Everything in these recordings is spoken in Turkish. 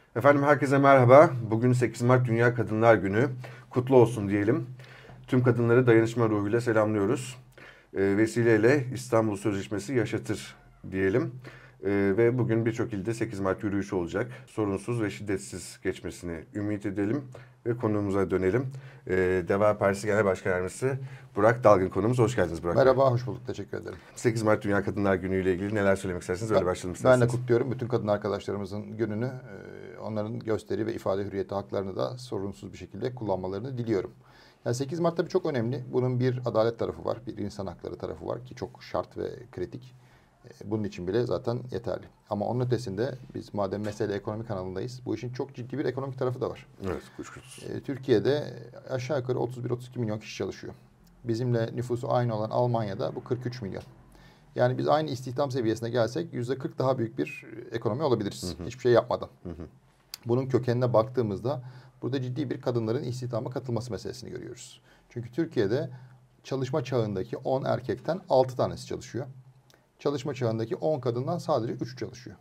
Efendim herkese merhaba. Bugün 8 Mart Dünya Kadınlar Günü. Kutlu olsun diyelim. Tüm kadınları dayanışma ruhuyla selamlıyoruz. Vesileyle İstanbul Sözleşmesi yaşatır diyelim. Ve bugün birçok ilde 8 Mart yürüyüşü olacak. Sorunsuz ve şiddetsiz geçmesini ümit edelim ve konumuza dönelim. Deva Partisi Genel Başkan Yardımcısı Burak Dalgın konuğumuz. Hoş geldiniz Burak Bey. Merhaba, hoş bulduk. Teşekkür ederim. 8 Mart Dünya Kadınlar Günü ile ilgili neler söylemek istersiniz? Öyle başlayalım Ben isterseniz. de kutluyorum bütün kadın arkadaşlarımızın gününü. Onların gösteri ve ifade hürriyeti haklarını da sorunsuz bir şekilde kullanmalarını diliyorum. Yani 8 Mart tabii çok önemli. Bunun bir adalet tarafı var, bir insan hakları tarafı var ki çok şart ve kritik. Bunun için bile zaten yeterli. Ama onun ötesinde biz madem mesele ekonomi kanalındayız, bu işin çok ciddi bir ekonomik tarafı da var. Evet, kuşkusuz. Türkiye'de aşağı yukarı 31-32 milyon kişi çalışıyor. Bizimle nüfusu aynı olan Almanya'da bu 43 milyon. Yani biz aynı istihdam seviyesine gelsek %40 daha büyük bir ekonomi olabiliriz. Hiçbir şey yapmadan. Bunun kökenine baktığımızda burada ciddi bir kadınların istihdama katılması meselesini görüyoruz. Çünkü Türkiye'de çalışma çağındaki 10 erkekten 6 tanesi çalışıyor. Çalışma çağındaki 10 kadından sadece 3 çalışıyor.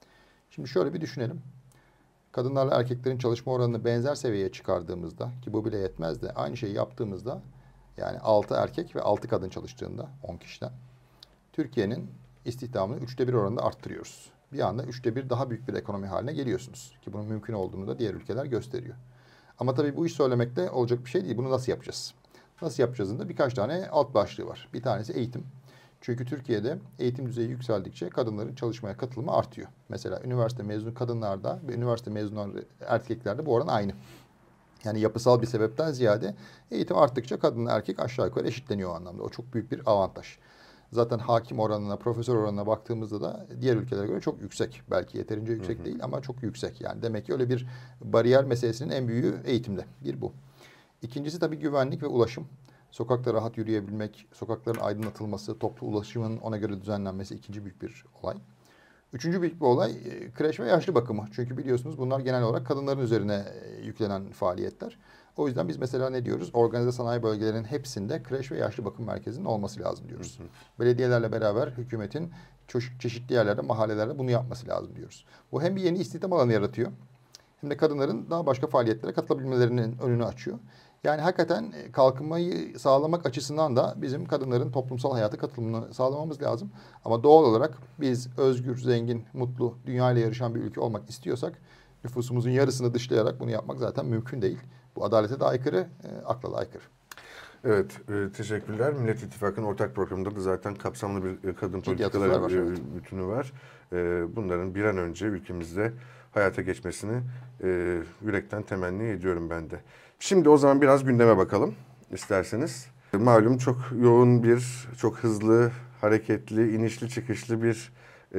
Şimdi şöyle bir düşünelim. Kadınlarla erkeklerin çalışma oranını benzer seviyeye çıkardığımızda ki bu bile yetmez de aynı şeyi yaptığımızda yani 6 erkek ve 6 kadın çalıştığında 10 kişiden Türkiye'nin istihdamını 1/3 oranında arttırıyoruz. Bir anda 1/3 daha büyük bir ekonomi haline geliyorsunuz. Ki bunun mümkün olduğunu da diğer ülkeler gösteriyor. Ama tabii bu iş söylemekle olacak bir şey değil. Bunu nasıl yapacağız? Nasıl yapacağızın da birkaç tane alt başlığı var. Bir tanesi eğitim. Çünkü Türkiye'de eğitim düzeyi yükseldikçe kadınların çalışmaya katılımı artıyor. Mesela üniversite mezunu kadınlarda ve üniversite mezunu erkeklerde bu oran aynı. Yani yapısal bir sebepten ziyade eğitim arttıkça kadınla erkek aşağı yukarı eşitleniyor o anlamda. O çok büyük bir avantaj. Zaten hakim oranına, profesör oranına baktığımızda da diğer ülkelere göre çok yüksek. Belki yeterince yüksek değil ama çok yüksek. Yani demek ki öyle bir bariyer meselesinin en büyüğü eğitimde. Bir bu. İkincisi tabii güvenlik ve ulaşım. Sokakta rahat yürüyebilmek, sokakların aydınlatılması, toplu ulaşımın ona göre düzenlenmesi ikinci büyük bir olay. Üçüncü büyük bir olay kreş ve yaşlı bakımı. Çünkü biliyorsunuz bunlar genel olarak kadınların üzerine yüklenen faaliyetler. O yüzden biz mesela ne diyoruz? Organize sanayi bölgelerinin hepsinde kreş ve yaşlı bakım merkezinin olması lazım diyoruz. Belediyelerle beraber hükümetin çeşitli yerlerde, mahallelerde bunu yapması lazım diyoruz. Bu hem bir yeni istihdam alanı yaratıyor hem de kadınların daha başka faaliyetlere katılabilmelerinin önünü açıyor. Yani hakikaten kalkınmayı sağlamak açısından da bizim kadınların toplumsal hayata katılımını sağlamamız lazım. Ama doğal olarak biz özgür, zengin, mutlu, dünyayla yarışan bir ülke olmak istiyorsak nüfusumuzun yarısını dışlayarak bunu yapmak zaten mümkün değil. Bu adalete de aykırı, akla da aykırı. Evet, teşekkürler. Millet İttifakı'nın ortak programında da zaten kapsamlı bir kadın politikaları var, evet. bütünü var. Bunların bir an önce ülkemizde hayata geçmesini yürekten temenni ediyorum ben de. Şimdi o zaman biraz gündeme bakalım isterseniz. Malum çok yoğun bir, çok hızlı, hareketli, inişli çıkışlı bir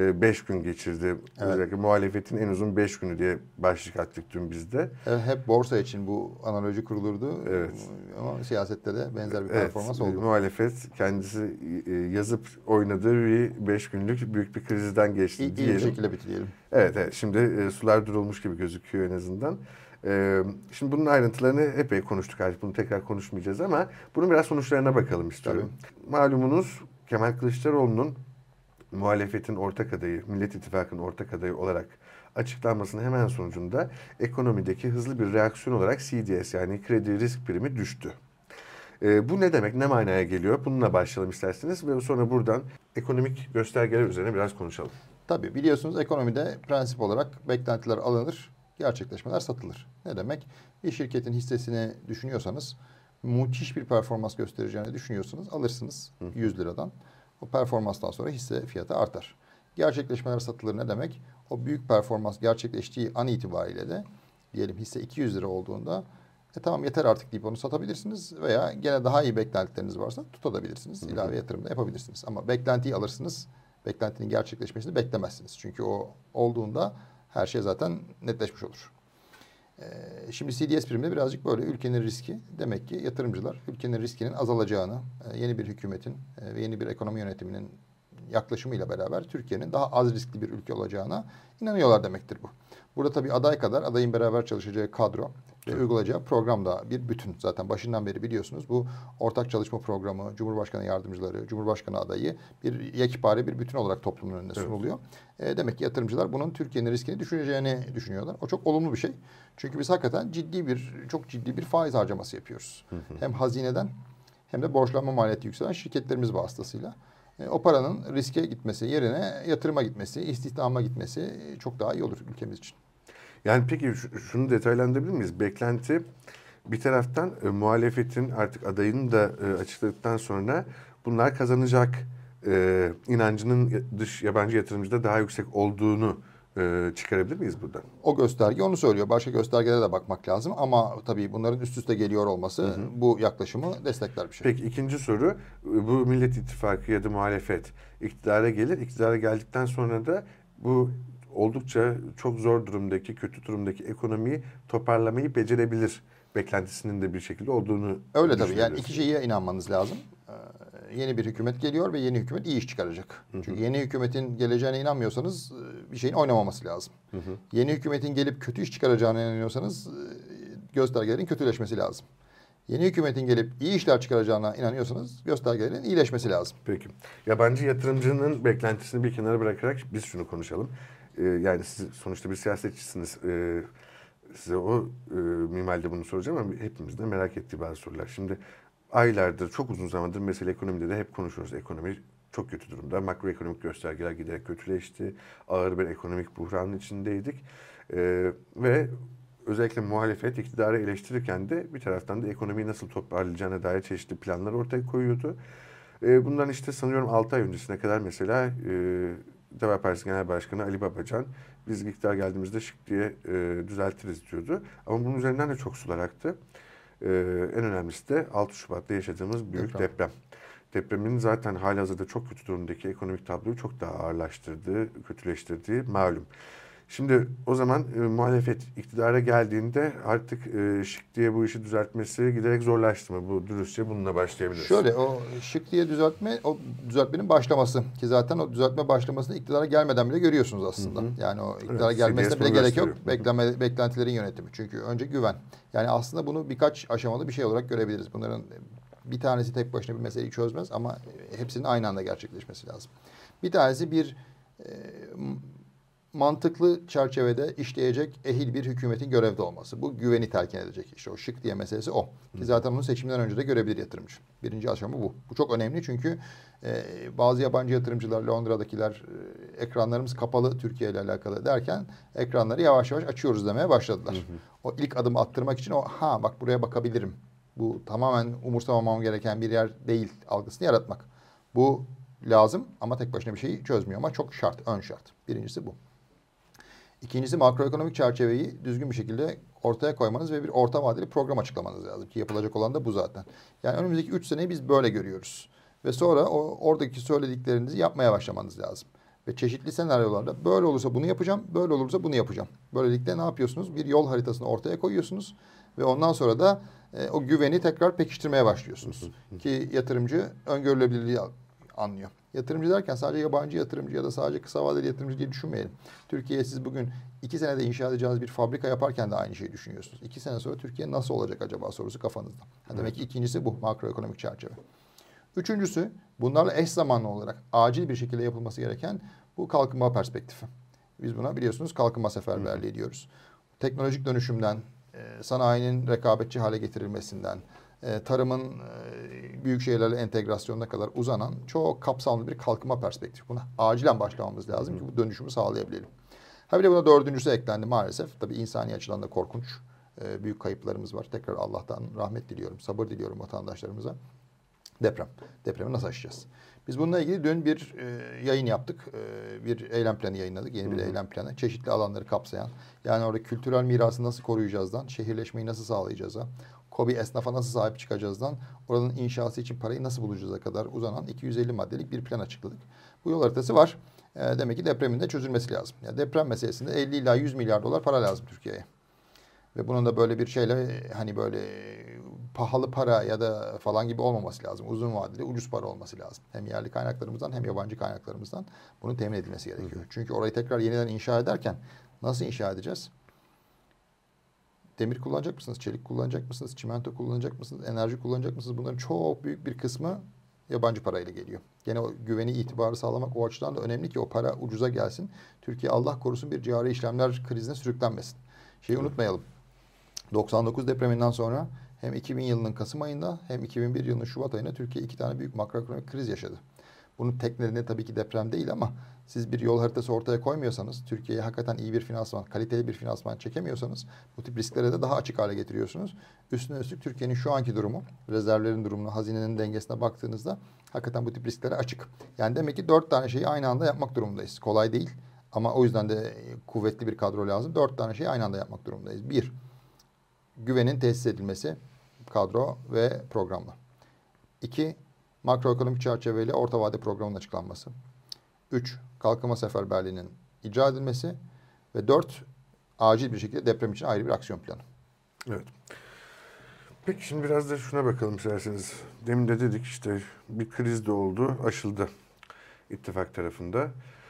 5 gün geçirdi. Evet. Özellikle muhalefetin en uzun 5 günü diye başlık attık dün bizde. Evet, hep borsa için bu analoji kurulurdu. Evet. Ama siyasette de benzer bir performans oldu. Muhalefet kendisi yazıp oynadığı bir 5 günlük büyük bir krizden geçti İyi diyelim. bir şekilde bitirelim. Evet. Şimdi sular durulmuş gibi gözüküyor en azından. Şimdi bunun ayrıntılarını epey konuştuk artık. Bunu tekrar konuşmayacağız ama bunun biraz sonuçlarına bakalım istiyorum. Tabii. Malumunuz Kemal Kılıçdaroğlu'nun muhalefetin ortak adayı, Millet İttifakı'nın ortak adayı olarak açıklanmasının hemen sonucunda ekonomideki hızlı bir reaksiyon olarak CDS yani kredi risk primi düştü. Bu ne demek, ne manaya geliyor? Bununla başlayalım isterseniz ve sonra buradan ekonomik göstergeler üzerine biraz konuşalım. Tabii biliyorsunuz ekonomide prensip olarak beklentiler alınır, gerçekleşmeler satılır. Ne demek? Bir şirketin hissesini düşünüyorsanız, müthiş bir performans göstereceğini düşünüyorsunuz, alırsınız 100 liradan. O performanstan sonra hisse fiyatı artar. Gerçekleşmeler satılır ne demek? O büyük performans gerçekleştiği an itibariyle de diyelim hisse 200 lira olduğunda tamam yeter artık deyip onu satabilirsiniz veya gene daha iyi beklentileriniz varsa tutabilirsiniz. İlave yatırım da yapabilirsiniz. Ama beklentiyi alırsınız. Beklentinin gerçekleşmesini beklemezsiniz. Çünkü o olduğunda her şey zaten netleşmiş olur. Şimdi CDS priminde birazcık böyle ülkenin riski. Demek ki yatırımcılar ülkenin riskinin azalacağını, yeni bir hükümetin ve yeni bir ekonomi yönetiminin yaklaşımıyla beraber Türkiye'nin daha az riskli bir ülke olacağına inanıyorlar demektir bu. Burada tabii aday kadar adayın beraber çalışacağı kadro ve uygulayacağı program da bir bütün. Zaten başından beri biliyorsunuz bu ortak çalışma programı, Cumhurbaşkanı yardımcıları, Cumhurbaşkanı adayı bir yekpare bir bütün olarak toplumun önüne sunuluyor. Demek ki yatırımcılar bunun Türkiye'nin riskini düşüreceğini düşünüyorlar. O çok olumlu bir şey. Çünkü biz hakikaten çok ciddi bir faiz harcaması yapıyoruz. Hem hazineden hem de borçlanma maliyeti yükselen şirketlerimiz vasıtasıyla. O paranın riske gitmesi yerine yatırıma gitmesi, istihdama gitmesi çok daha iyi olur ülkemiz için. Yani peki şunu detaylandırabilir miyiz? Beklenti bir taraftan muhalefetin artık adayını da açıkladıktan sonra bunlar kazanacak inancının dış yabancı yatırımcıda daha yüksek olduğunu çıkarabilir miyiz buradan? O gösterge onu söylüyor. Başka göstergelere de bakmak lazım ama tabii bunların üst üste geliyor olması bu yaklaşımı destekler bir şey. Peki ikinci soru, bu Millet İttifakı ya da muhalefet iktidara gelir. İktidara geldikten sonra da bu oldukça çok zor durumdaki, kötü durumdaki ekonomiyi toparlamayı becerebilir beklentisinin de bir şekilde olduğunu öyle tabii. Yani iki şeye inanmanız lazım. Yeni bir hükümet geliyor ve yeni hükümet iyi iş çıkaracak. Çünkü yeni hükümetin geleceğine inanmıyorsanız bir şeyin oynamaması lazım. Yeni hükümetin gelip kötü iş çıkaracağına inanıyorsanız göstergelerin kötüleşmesi lazım. Yeni hükümetin gelip iyi işler çıkaracağına inanıyorsanız göstergelerin iyileşmesi lazım. Peki. Yabancı yatırımcının beklentisini bir kenara bırakarak biz şunu konuşalım. Yani siz sonuçta bir siyasetçisiniz. Size o minvalde bunu soracağım ama hepimizin de merak ettiği bazı sorular. Şimdi aylardır, çok uzun zamandır mesele ekonomide de hep konuşuyoruz. Ekonomi çok kötü durumda. Makroekonomik göstergeler giderek kötüleşti. Ağır bir ekonomik buhranın içindeydik. Ve özellikle muhalefet iktidarı eleştirirken de bir taraftan da ekonomiyi nasıl toparlayacağına dair çeşitli planlar ortaya koyuyordu. Bundan işte sanıyorum 6 ay öncesine kadar mesela Deva Partisi Genel Başkanı Ali Babacan biz iktidar geldiğimizde şık diye düzeltiriz diyordu. Ama bunun üzerinden de çok sular aktı. En önemlisi de 6 Şubat'ta yaşadığımız büyük deprem. Depremin zaten halihazırda çok kötü durumdaki ekonomik tabloyu çok daha ağırlaştırdığı, kötüleştirdiği malum. Şimdi o zaman muhalefet iktidara geldiğinde artık şık diye bu işi düzeltmesi giderek zorlaştı mı? Bu dürüstçe bununla başlayabiliriz. Şöyle o şık diye o düzeltmenin başlaması ki zaten o düzeltme başlamasını iktidara gelmeden bile görüyorsunuz aslında. Yani o iktidara gelmesine bile gerek yok. Beklentilerin yönetimi. Çünkü önce güven. Yani aslında bunu birkaç aşamalı bir şey olarak görebiliriz. Bunların bir tanesi tek başına bir meseleyi çözmez ama hepsinin aynı anda gerçekleşmesi lazım. Bir tanesi bir mantıklı çerçevede işleyecek ehil bir hükümetin görevde olması. Bu güveni telkin edecek. İşte o şık diye meselesi o. Ki zaten onu seçimden önce de görebilir yatırımcı. Birinci aşama bu. Bu çok önemli çünkü bazı yabancı yatırımcılar, Londra'dakiler ekranlarımız kapalı Türkiye ile alakalı derken ekranları yavaş yavaş açıyoruz demeye başladılar. O ilk adımı attırmak için bak buraya bakabilirim. Bu tamamen umursamamam gereken bir yer değil algısını yaratmak. Bu lazım ama tek başına bir şeyi çözmüyor ama çok şart, ön şart. Birincisi bu. İkincisi makroekonomik çerçeveyi düzgün bir şekilde ortaya koymanız ve bir orta vadeli program açıklamanız lazım ki yapılacak olan da bu zaten. Yani önümüzdeki 3 seneyi biz böyle görüyoruz. Ve sonra oradaki söylediklerinizi yapmaya başlamanız lazım. Ve çeşitli senaryolarda böyle olursa bunu yapacağım, böyle olursa bunu yapacağım. Böylelikle ne yapıyorsunuz? Bir yol haritasını ortaya koyuyorsunuz ve ondan sonra da o güveni tekrar pekiştirmeye başlıyorsunuz. Ki yatırımcı öngörülebilirliği anlıyor. Yatırımcı derken sadece yabancı yatırımcı ya da sadece kısa vadeli yatırımcı diye düşünmeyelim. Türkiye'ye siz bugün 2 senede inşa edeceğiniz bir fabrika yaparken de aynı şeyi düşünüyorsunuz. 2 sene sonra Türkiye nasıl olacak acaba sorusu kafanızda. Demek ki ikincisi bu makroekonomik çerçeve. Üçüncüsü bunlarla eş zamanlı olarak acil bir şekilde yapılması gereken bu kalkınma perspektifi. Biz buna biliyorsunuz kalkınma seferberliği diyoruz. Teknolojik dönüşümden, sanayinin rekabetçi hale getirilmesinden, tarımın büyük şehirlerle entegrasyonuna kadar uzanan çok kapsamlı bir kalkınma perspektifi. Buna acilen başlamamız lazım ki bu dönüşümü sağlayabilelim. Bir de buna dördüncüsü eklendi maalesef. Tabii insani açıdan da korkunç büyük kayıplarımız var. Tekrar Allah'tan rahmet diliyorum, sabır diliyorum vatandaşlarımıza. Deprem. Depremi nasıl aşacağız? Biz bununla ilgili dün bir yayın yaptık. Bir eylem planı yayınladık. Yeni bir eylem planı. Çeşitli alanları kapsayan. Yani orada kültürel mirası nasıl koruyacağızdan, şehirleşmeyi nasıl sağlayacağızdan, KOBİ esnafa nasıl sahip çıkacağızdan, oranın inşası için parayı nasıl bulacağıza kadar uzanan 250 maddelik bir plan açıkladık. Bu yol haritası var. Demek ki depremin de çözülmesi lazım. Yani deprem meselesinde 50 ila 100 milyar dolar para lazım Türkiye'ye. Ve bunun da böyle bir şeyle hani böyle pahalı para ya da falan gibi olmaması lazım. Uzun vadeli ucuz para olması lazım. Hem yerli kaynaklarımızdan hem yabancı kaynaklarımızdan bunun temin edilmesi gerekiyor. Çünkü orayı tekrar yeniden inşa ederken nasıl inşa edeceğiz? Demir kullanacak mısınız? Çelik kullanacak mısınız? Çimento kullanacak mısınız? Enerji kullanacak mısınız? Bunların çok büyük bir kısmı yabancı parayla geliyor. Gene o güveni, itibarı sağlamak o açıdan da önemli ki o para ucuza gelsin. Türkiye Allah korusun bir cari işlemler krizine sürüklenmesin. Şeyi unutmayalım. 99 depreminden sonra hem 2000 yılının Kasım ayında hem 2001 yılının Şubat ayında Türkiye 2 tane büyük makroekonomik kriz yaşadı. Bunun tek nedeni tabii ki deprem değil ama siz bir yol haritası ortaya koymuyorsanız, Türkiye'ye hakikaten iyi bir finansman, kaliteli bir finansman çekemiyorsanız bu tip risklere de daha açık hale getiriyorsunuz. Üstüne üstlük Türkiye'nin şu anki durumu, rezervlerin durumuna, hazinenin dengesine baktığınızda hakikaten bu tip risklere açık. Yani demek ki 4 tane şeyi aynı anda yapmak durumundayız. Kolay değil ama o yüzden de kuvvetli bir kadro lazım. 4 tane şeyi aynı anda yapmak durumundayız. 1. Güvenin tesis edilmesi, kadro ve programla. 2. Makroekonomik çerçeveyle orta vade programının açıklanması. 3. Kalkınma seferberliğinin icra edilmesi. Ve 4. Acil bir şekilde deprem için ayrı bir aksiyon planı. Evet. Peki şimdi biraz da şuna bakalım isterseniz. Demin de dedik işte bir kriz de oldu, aşıldı ittifak tarafında.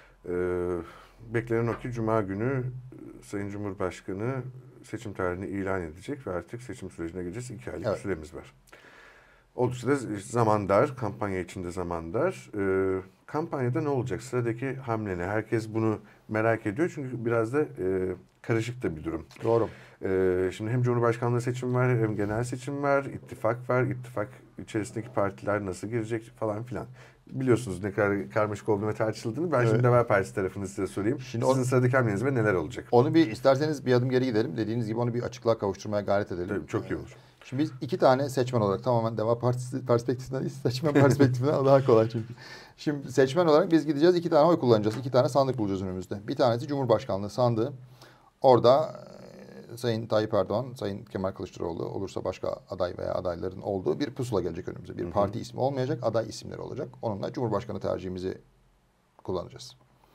Beklenen o ki Cuma günü Sayın Cumhurbaşkanı seçim tarihini ilan edecek ve artık seçim sürecine gireceğiz. 2 aylık bir süremiz var. Oldukça da zaman dar, kampanya içinde zaman dar. Kampanyada ne olacak? Sıradaki hamle ne? Herkes bunu merak ediyor çünkü biraz da karışık da bir durum. Doğru. Şimdi hem Cumhurbaşkanlığı seçim var hem genel seçim var, ittifak var. İttifak içerisindeki partiler nasıl girecek falan filan. Biliyorsunuz ne kadar karmaşık olduğunu ve tartışıldığını. Ben şimdi Deva Partisi tarafını size sorayım. Şimdi sizin sıradaki hamleniz ve neler olacak? Onu bir isterseniz bir adım geri gidelim. Dediğiniz gibi onu bir açıklığa kavuşturmaya gayret edelim. Tabii, çok iyi olur. Şimdi biz 2 tane seçmen olarak tamamen Deva Partisi perspektifinden değil, seçmen perspektifinden daha kolay çünkü. Şimdi seçmen olarak biz gideceğiz 2 tane oy kullanacağız. 2 tane sandık bulacağız önümüzde. Bir tanesi Cumhurbaşkanlığı sandığı. Orada Sayın Tayyip Erdoğan, Sayın Kemal Kılıçdaroğlu olursa başka aday veya adayların olduğu bir pusula gelecek önümüze. Bir parti ismi olmayacak, aday isimleri olacak. Onunla Cumhurbaşkanı tercihimizi kullanacağız.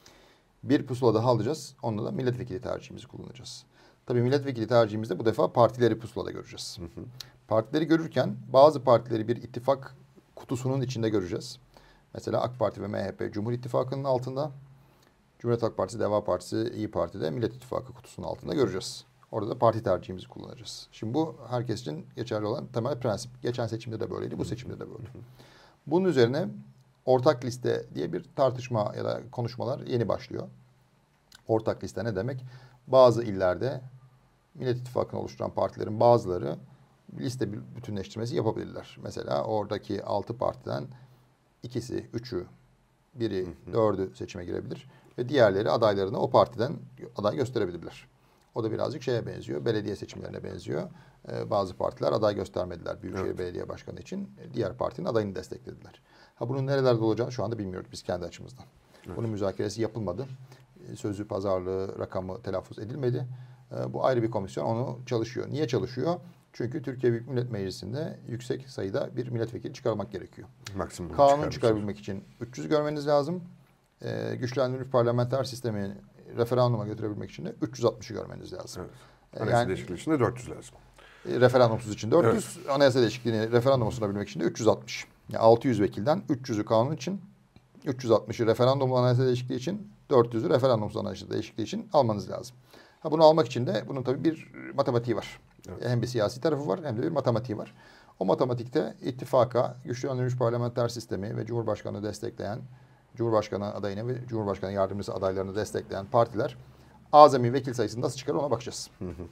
Bir pusula daha alacağız. Onunla da milletvekili tercihimizi kullanacağız. Tabii milletvekili tercihimizde bu defa partileri pusulada göreceğiz. Partileri görürken bazı partileri bir ittifak kutusunun içinde göreceğiz. Mesela AK Parti ve MHP Cumhur İttifakı'nın altında. Cumhuriyet Halk Partisi, Deva Partisi, İYİ Parti'de Millet İttifakı kutusunun altında göreceğiz. Orada da parti tercihimizi kullanacağız. Şimdi bu herkes için geçerli olan temel prensip. Geçen seçimde de böyleydi, bu seçimde de böyle. Bunun üzerine ortak liste diye bir tartışma ya da konuşmalar yeni başlıyor. Ortak liste ne demek? Bazı illerde Millet İttifakı'nı oluşturan partilerin bazıları liste bütünleştirmesi yapabilirler. Mesela oradaki 6 partiden ikisi, üçü, biri, dördü seçime girebilir. Ve diğerleri adaylarını o partiden aday gösterebilirler. O da birazcık şeye benziyor. Belediye seçimlerine benziyor. Bazı partiler aday göstermediler Büyükşehir Belediye Başkanı için. Diğer partinin adayını desteklediler. Bunun nerelerde olacağını şu anda bilmiyoruz biz kendi açımızdan. Bunun müzakeresi yapılmadı. Sözlü pazarlığı rakamı telaffuz edilmedi. Bu ayrı bir komisyon onu çalışıyor. Niye çalışıyor? Çünkü Türkiye Büyük Millet Meclisi'nde yüksek sayıda bir milletvekili çıkarmak gerekiyor. Maksimum Kanun çıkarabilmek için 300 görmeniz lazım. Güçlendirilmiş parlamenter sistemi referanduma götürebilmek için de 360'ı görmeniz lazım. Evet. Anayasa değişikliği için de 400 lazım. Referandumsuz için 400, anayasa değişikliğini referanduma sunabilmek için de 360. Yani 600 vekilden 300'ü kanun için, 360'ı referandumlu anayasa değişikliği için, 400'ü referandumsuz anayasa değişikliği için almanız lazım. Bunu almak için de bunun tabii bir matematiği var. Evet. Hem bir siyasi tarafı var hem de bir matematiği var. O matematikte ittifaka, güçlendirilmiş parlamenter sistemi ve Cumhurbaşkanı destekleyen, Cumhurbaşkanı adayını ve Cumhurbaşkanı yardımcısı adaylarını destekleyen partiler azami vekil sayısını nasıl çıkarır ona bakacağız.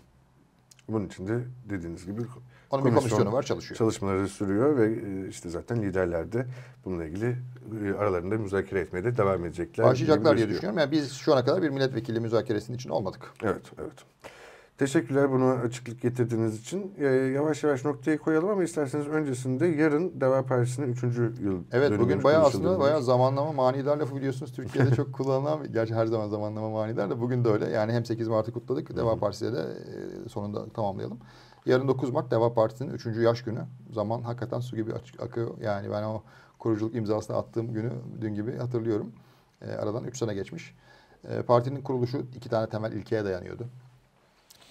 Bunun için de dediğiniz gibi onun bir komisyonu var, çalışıyor. Çalışmaları sürüyor ve işte zaten liderler de bununla ilgili aralarında müzakere etmeye de devam edecekler. Başlayacaklar diye düşünüyorum. Yani biz şu ana kadar bir milletvekili müzakeresinin için olmadık. Evet. Teşekkürler bunu açıklık getirdiğiniz için. Yavaş yavaş noktayı koyalım ama isterseniz öncesinde yarın Deva Partisi'nin 3. yıl Evet, bugün bayağı zamanlama manidar lafı biliyorsunuz. Türkiye'de çok kullanılan, gerçi her zaman zamanlama manidar da bugün de öyle. Yani hem 8 Mart'ı kutladık. Deva Partisi'ye de sonunda tamamlayalım. Yarın 9 Mart Deva Partisi'nin 3. yaş günü. Zaman hakikaten su gibi akıyor. Yani ben o kuruculuk imzasını attığım günü dün gibi hatırlıyorum. Aradan 3 sene geçmiş. Partinin kuruluşu 2 tane temel ilkeye dayanıyordu.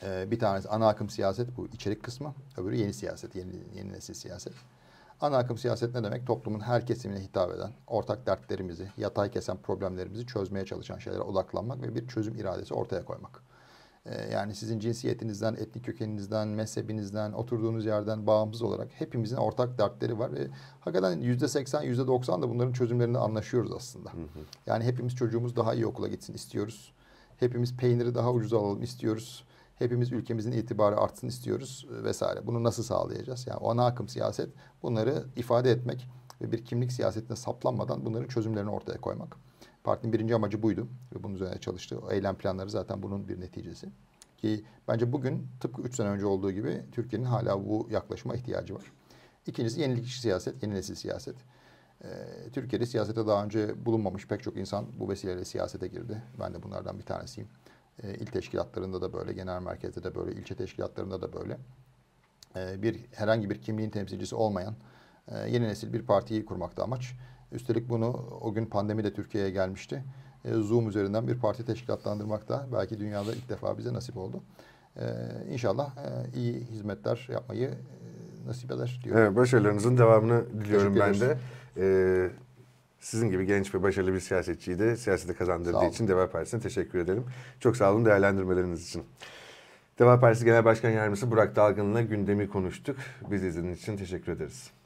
Bir tanesi ana akım siyaset, bu içerik kısmı. Öbürü yeni siyaset, yeni nesil siyaset. Ana akım siyaset ne demek? Toplumun her kesimine hitap eden, ortak dertlerimizi, yatay kesen problemlerimizi çözmeye çalışan şeylere odaklanmak ve bir çözüm iradesi ortaya koymak. Yani sizin cinsiyetinizden, etnik kökeninizden, mezhebinizden, oturduğunuz yerden bağımsız olarak hepimizin ortak dertleri var ve hakikaten %80, %90 da bunların çözümlerini anlaşıyoruz aslında. Yani hepimiz çocuğumuz daha iyi okula gitsin istiyoruz. Hepimiz peyniri daha ucuz alalım istiyoruz. Hepimiz ülkemizin itibarı artsın istiyoruz vesaire. Bunu nasıl sağlayacağız? Yani o ana akım siyaset bunları ifade etmek ve bir kimlik siyasetine saplanmadan bunların çözümlerini ortaya koymak. Partinin birinci amacı buydu ve bunun üzerine çalıştı. O eylem planları zaten bunun bir neticesi. Ki bence bugün tıpkı 3 sene önce olduğu gibi Türkiye'nin hala bu yaklaşıma ihtiyacı var. İkincisi yenilikçi siyaset, yeni nesil siyaset. Türkiye'de siyasete daha önce bulunmamış pek çok insan bu vesileyle siyasete girdi. Ben de bunlardan bir tanesiyim. İl teşkilatlarında da böyle, genel merkezde de böyle, ilçe teşkilatlarında da böyle. Herhangi bir kimliğin temsilcisi olmayan yeni nesil bir partiyi kurmakta amaç. Üstelik bunu o gün pandemi de Türkiye'ye gelmişti. Zoom üzerinden bir parti teşkilatlandırmak da belki dünyada ilk defa bize nasip oldu. İnşallah iyi hizmetler yapmayı nasip eder diyorum. Evet, başarılarınızın devamını diliyorum ben Teşekkür de. Sizin gibi genç ve başarılı bir siyasetçiyi de siyasete kazandırdığı için Deva Partisi'ne teşekkür ederim. Çok sağ olun değerlendirmeleriniz için. Deva Partisi Genel Başkan Yardımcısı Burak Dalgın'la gündemi konuştuk. Bizi izlediğiniz için teşekkür ederiz.